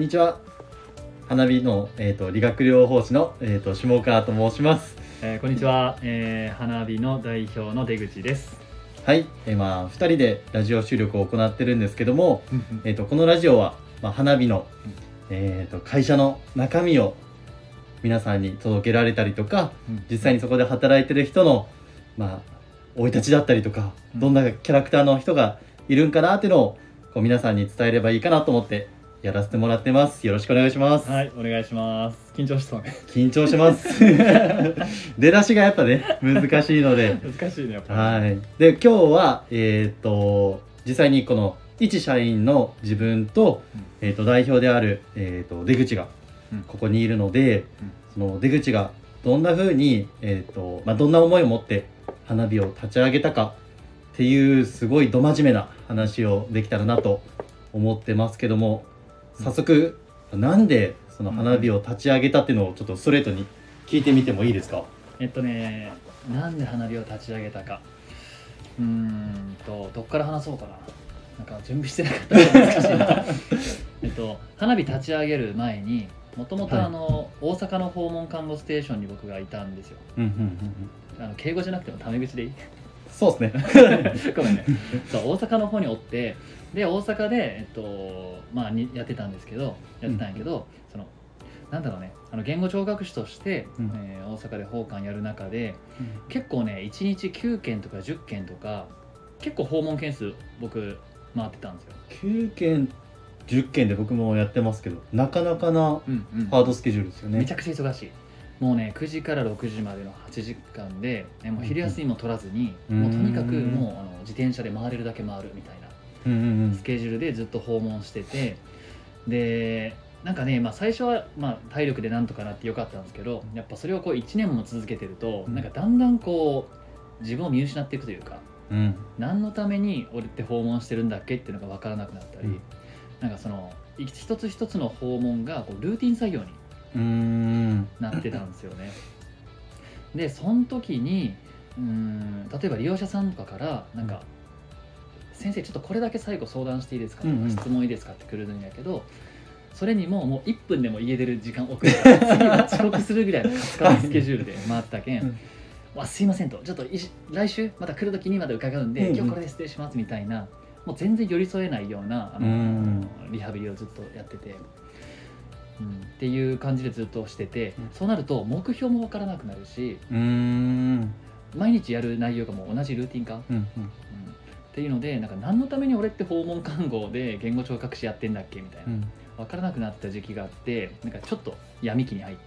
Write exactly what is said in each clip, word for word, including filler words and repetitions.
んにちは。花火の、えー、と理学療法士の、えー、と下川と申します。 えー、こんにちは、えー、花火の代表の出口です。 はい、えーまあ、ふたりでラジオ収録を行ってるんですけども、えーとこのラジオは、まあ、花火の、えー、と会社の中身を皆さんに届けられたりとか、実際にそこで働いてる人のまあ生い立ちだったりとか、どんなキャラクターの人がいるんかなっていうのをこう皆さんに伝えればいいかなと思ってやらせてもらってます。よろしくお願いします。 はい、お願いします。緊張しそうね。 緊張します。出だしがやっぱね難しいので難しいねやっぱり。はい。で今日はえっ、と実際にこの一社員の自分と、うん、えっ、と代表であるえっ、と出口がここにいるので、うん、その出口がどんな風にえっ、とまあどんな思いを持って花火を立ち上げたかっていうすごいど真面目な話をできたらなと思ってますけども、早速なんでその花火を立ち上げたっていうのをちょっとストレートに聞いてみてもいいですか？ えっとねなんで花火を立ち上げたか、うーんとどっから話そうかな。なんか準備してなかったら難しいな。えっと花火立ち上げる前にもともとあの、はい、大阪の訪問看護ステーションに僕がいたんですよ。うんうんうん、あの敬語じゃなくてもタメ口でいい？ そうですね。 ごめんね。そう大阪の方におってで大阪でえっとまあにやってたんですけどやってたんやけど、うん、そのなんだろうねあの言語聴覚士として、うんえー、大阪で訪韓やる中で、うん、結構ねいちにちきゅうけんとかじゅっけんとか結構訪問件数僕回ってたんですよ。 きゅうけんじゅっけんで僕もやってますけどなかなかなハードスケジュールですよね。 めちゃくちゃ忙しい。もうねくじからろくじまでのはちじかんで、ね、もう昼休みも取らずに、うん、もうとにかくもうあの自転車で回れるだけ回るみたいなスケジュールでずっと訪問してて、でなんかね、まあ、最初は、まあ、体力でなんとかなってよかったんですけど、やっぱそれをこういちねんも続けてると、うん、なんかだんだんこう自分を見失っていくというか、うん、何のために俺って訪問してるんだっけっていうのが分からなくなったり、うん、なんかその一つ一つの訪問がこうルーティン作業にうーんなってたんですよね。でその時にうーん例えば利用者さんとかからなんか、うん、先生ちょっとこれだけ最後相談していいですかとか、うんうん、質問いいですかって来るんやけど、それにももういっぷんでも家出る時間遅れたら次は遅刻するぐらいのカツカツスケジュールで回ったけん、うんわすいませんとちょっと来週また来る時にまた伺うんで、うんうん、今日これで失礼しますみたいな、もう全然寄り添えないようなあのリハビリをずっとやってて、うん、っていう感じでずっとしてて、うん、そうなると目標も分からなくなるし、うーん毎日やる内容がもう同じルーティン化、うんうんうん、っていうのでなんか何のために俺って訪問看護で言語聴覚士やってんだっけみたいな、うん、分からなくなった時期があって、なんかちょっと闇期に入って、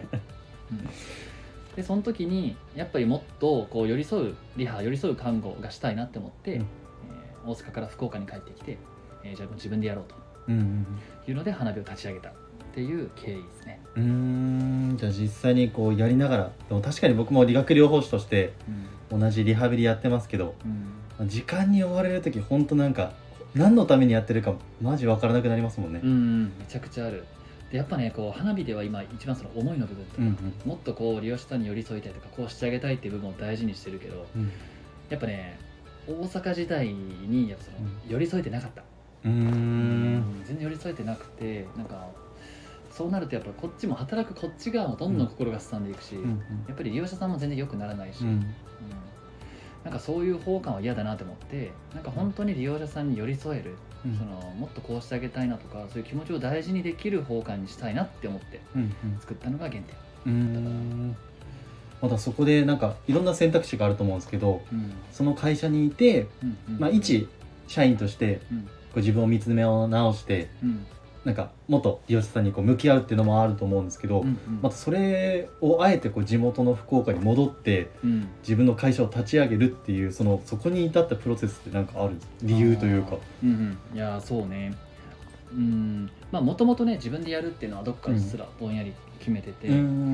うん、でその時にやっぱりもっとこう寄り添うリハ寄り添う看護がしたいなって思って、うんえー、大阪から福岡に帰ってきて、えー、じゃあ自分でやろうというので花火を立ち上げたっていう経緯ですね。 うーんじゃあ実際にこうやりながら、でも確かに僕も理学療法士として同じリハビリやってますけど、うん、時間に追われる時本当なんか何のためにやってるかマジ分からなくなりますもんね。 うんめちゃくちゃある。でやっぱねこう花火では今一番その思いの部分とか、うんうん、もっとこう利用者さんに寄り添いたいとかこうしてあげたいっていう部分を大事にしてるけど、うん、やっぱね大阪時代にやっぱその寄り添えてなかった。うーん全然寄り添えてなくて、なんかそうなるとやっぱこっちも働くこっち側もどんどん心がすさんでいくし、うんうんうん、やっぱり利用者さんも全然良くならないし、うんうん、なんかそういう方感は嫌だなと思って、なんか本当に利用者さんに寄り添える、うん、そのもっとこうしてあげたいなとかそういう気持ちを大事にできる方感にしたいなって思って作ったのが原点だったかな。うんうんまたそこでなんかいろんな選択肢があると思うんですけど、うん、その会社にいて、うんうんまあ、一社員としてこう自分を見つめ直して、うんなんかもっと利用者さんにこう向き合うっていうのもあると思うんですけど、うんうん、またそれをあえてこう地元の福岡に戻って、うん、自分の会社を立ち上げるっていうそのそこに至ったプロセスって何かある理由というか。 うんうん、いやそうね、うんまあもともとね自分でやるっていうのはどっかすらぼんやり決めてて、うん、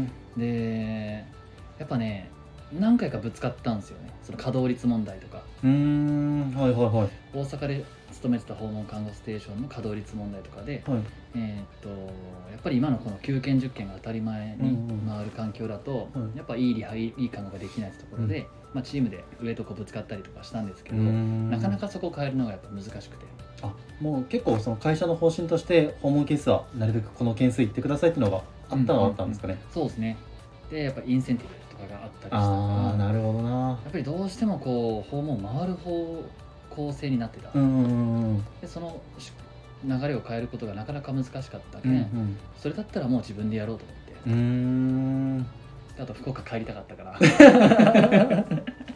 でやっぱね何回かぶつかったんですよね、その稼働率問題とか。うーんはいはいはい。大阪で勤めてた訪問看護ステーションの稼働率問題とかで、はい、えー、っとやっぱり今のこのきゅうけんじゅっけんが当たり前に回る環境だと、うんうん、やっぱいいリハいい看護ができないってところで、うんまあ、チームで上とこぶつかったりとかしたんですけど、なかなかそこを変えるのがやっぱ難しくて。 あ、もう結構その会社の方針として訪問件数はなるべくこの件数行ってくださいっていうのがあったのはあったんですかね。 うんうんうん、そうですね。でやっぱインセンティブとかがあったりしたから、 ああ、なるほどな。 やっぱりどうしてもこう訪問回る方向性になってた、 うんうんうん、 でその流れを変えることがなかなか難しかったけ、 うんうん、それだったらもう自分でやろうと思って、 うーん、 あと福岡帰りたかったから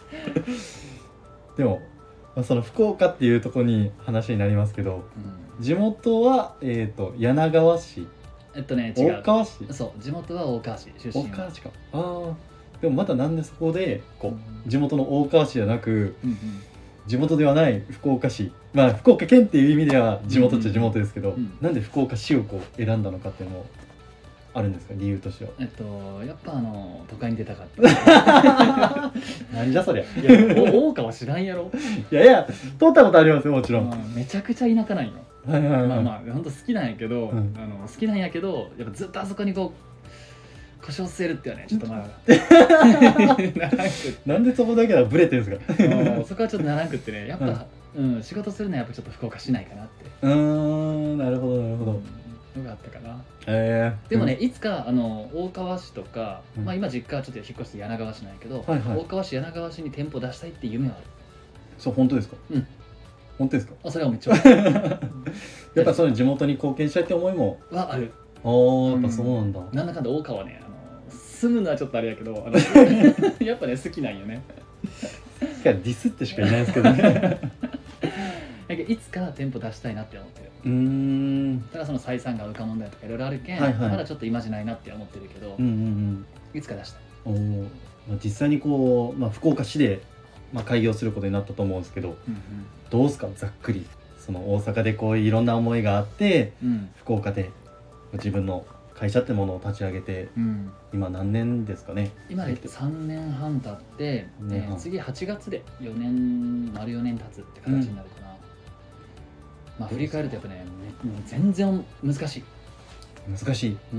でも、まあ、その福岡っていうところに話になりますけど、うん、地元は、えーと、柳川市、 えっとね違う、 大川市、 そう地元は大川市出身。 大川市か。ああ、でもまたなんでそこでこう、うん、地元の大川市じゃなく、うんうん、地元ではない福岡市、まあ福岡県っていう意味では地元っちゃ地元ですけど、うんうん、なんで福岡市をこう選んだのかっていうのもあるんですか、理由としては。 えっとやっぱあの都会に出たかったなんじゃそりゃ。 いや大川知らんやろ。 いやいや通ったことありますよ、もちろん。 まあ、めちゃくちゃ田舎なんよ。はいはいはい、まあまあ本当好きなんやけど、うん、あの好きなんやけどやっぱずっとあそこにこう腰を据えるっていうのはねちょっとまあなんでそこだけはブレてるんですか。 そこはちょっとならんくってね、やっぱ、うんうん、仕事するのはやっぱちょっと福岡しないかなって。 うーん、なるほどなるほど、 のがあったかな。 えー、 でもね、うん、いつかあの大川市とか、うん、まあ今実家はちょっと引っ越して柳川市なんやけど、はいはい、大川市柳川市に店舗出したいって夢はある。 そう、本当ですか。うん、本当ですか。 あ、それはめっちゃやっぱその地元に貢献したいって思いもはある。 ああ、やっぱそうなんだ、 うん、なんだかんだ大川ね、あの住むのはちょっとあれやけど、あのやっぱね好きなんよね。 ディスってしかいないですけどね。 いつか店舗出したいなって思ってる。 うーん、 ただその採算が合うか問題とかいろいろあるけん、はいはい、まだちょっと今じゃないなって思ってるけど、うんうんうん、いつか出したい。 お、まあ、実際にこう、まあ、福岡市で、まあ、開業することになったと思うんですけど、うんうん、どうですか、ざっくりその大阪でこういろんな思いがあって、うん、福岡で自分の会社ってものを立ち上げて、うん、今何年ですかね。 今でさんねんはん経って、ね、次はちがつでよねん丸よねん経つって形になるかな、うん、まあ振り返るとやっぱね全然難しい難しい、 うん、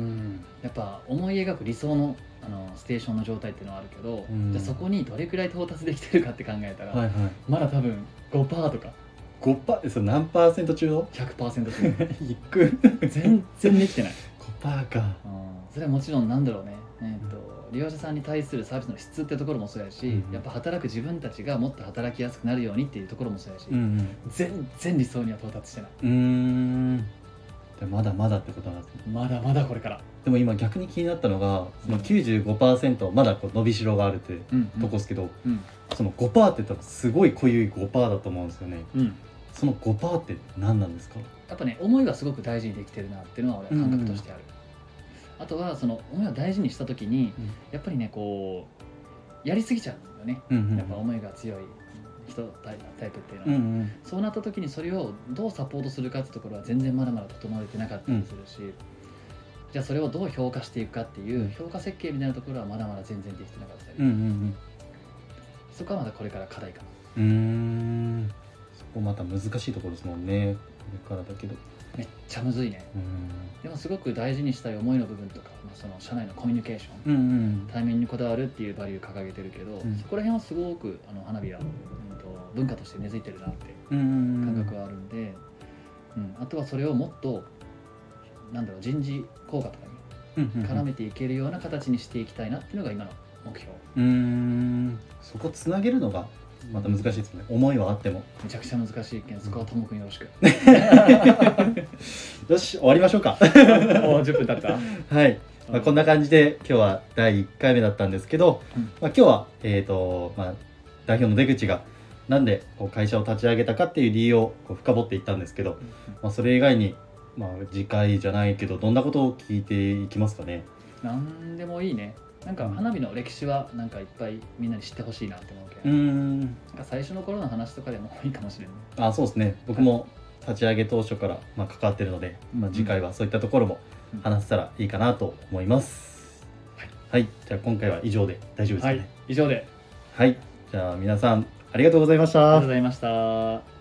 やっぱ思い描く理想のあのステーションの状態っていうのはあるけど、うん、じゃあそこにどれくらい到達できてるかって考えたら、はいはい、まだ多分 ごパーセント とかごパーセント、それ何パーセント中のひゃくパーセント 中いく全然できてない。 ごパーセント か、 うん、それはもちろんなんだろうね、えー、と利用者さんに対するサービスの質ってところもそうやし、うん、やっぱ働く自分たちがもっと働きやすくなるようにっていうところもそうやし、うんうん、全然理想には到達してない。 うーん、まだまだってことなんですね。 まだまだこれから。 でも今逆に気になったのがその きゅうじゅうごパーセント まだこう伸びしろがあるってとこですけど、うんうん、その ごパーセント って言ったらすごい濃ゆい ごパーセント だと思うんですよね、うん、その ごパーセント って何なんですか。 やっぱね思いはすごく大事にできてるなっていうのは俺は感覚としてある、うんうん、あとはその思いを大事にした時に、うん、やっぱりねこうやりすぎちゃうんだよね、うんうんうん、やっぱ思いが強い人タイプっていうのは、うんうん、そうなった時にそれをどうサポートするかってところは全然まだまだ整えてなかったりするし、うん、じゃあそれをどう評価していくかっていう評価設計みたいなところはまだまだ全然できてなかったり、うんうんうん、そこはまだこれから課題かな。 うーん、そこまた難しいところですもんね、これからだけどめっちゃむずいね。でもすごく大事にしたい思いの部分とか、まあ、その社内のコミュニケーション、うんうん、対面にこだわるっていうバリュー掲げてるけど、うん、そこら辺はすごくあの花火は、うん、と文化として根付いてるなって感覚はあるんで、うん、あとはそれをもっとなんだろう人事効果とかに絡めていけるような形にしていきたいなっていうのが今の目標。 うーん、そこつなげるのがまた難しいですね、うん、思いはあってもめちゃくちゃ難しいけんそこはともくんよろしくよし終わりましょうか。 もうじゅっぷん経った。 はい、まあ、こんな感じで今日はだいいっかいめだったんですけど、うん、まあ、今日は、えーとまあ、代表の出口がなんでこう会社を立ち上げたかっていう理由をこう深掘っていったんですけど、うん、まあ、それ以外に、まあ、次回じゃないけどどんなことを聞いていきますかね。 なんでもいいね。なんか花火の歴史はなんかいっぱいみんなに知ってほしいなって思うけど、うん、なんか最初の頃の話とかでもいいかもしれない。 あ、そうですね、僕も立ち上げ当初からまあ関わってるので、まあ、次回はそういったところも話せたらいいかなと思います、うん、はい、はい、じゃあ今回は以上で大丈夫ですかね。 はい、以上で。 はい、じゃあ皆さんありがとうございました。 ありがとうございました。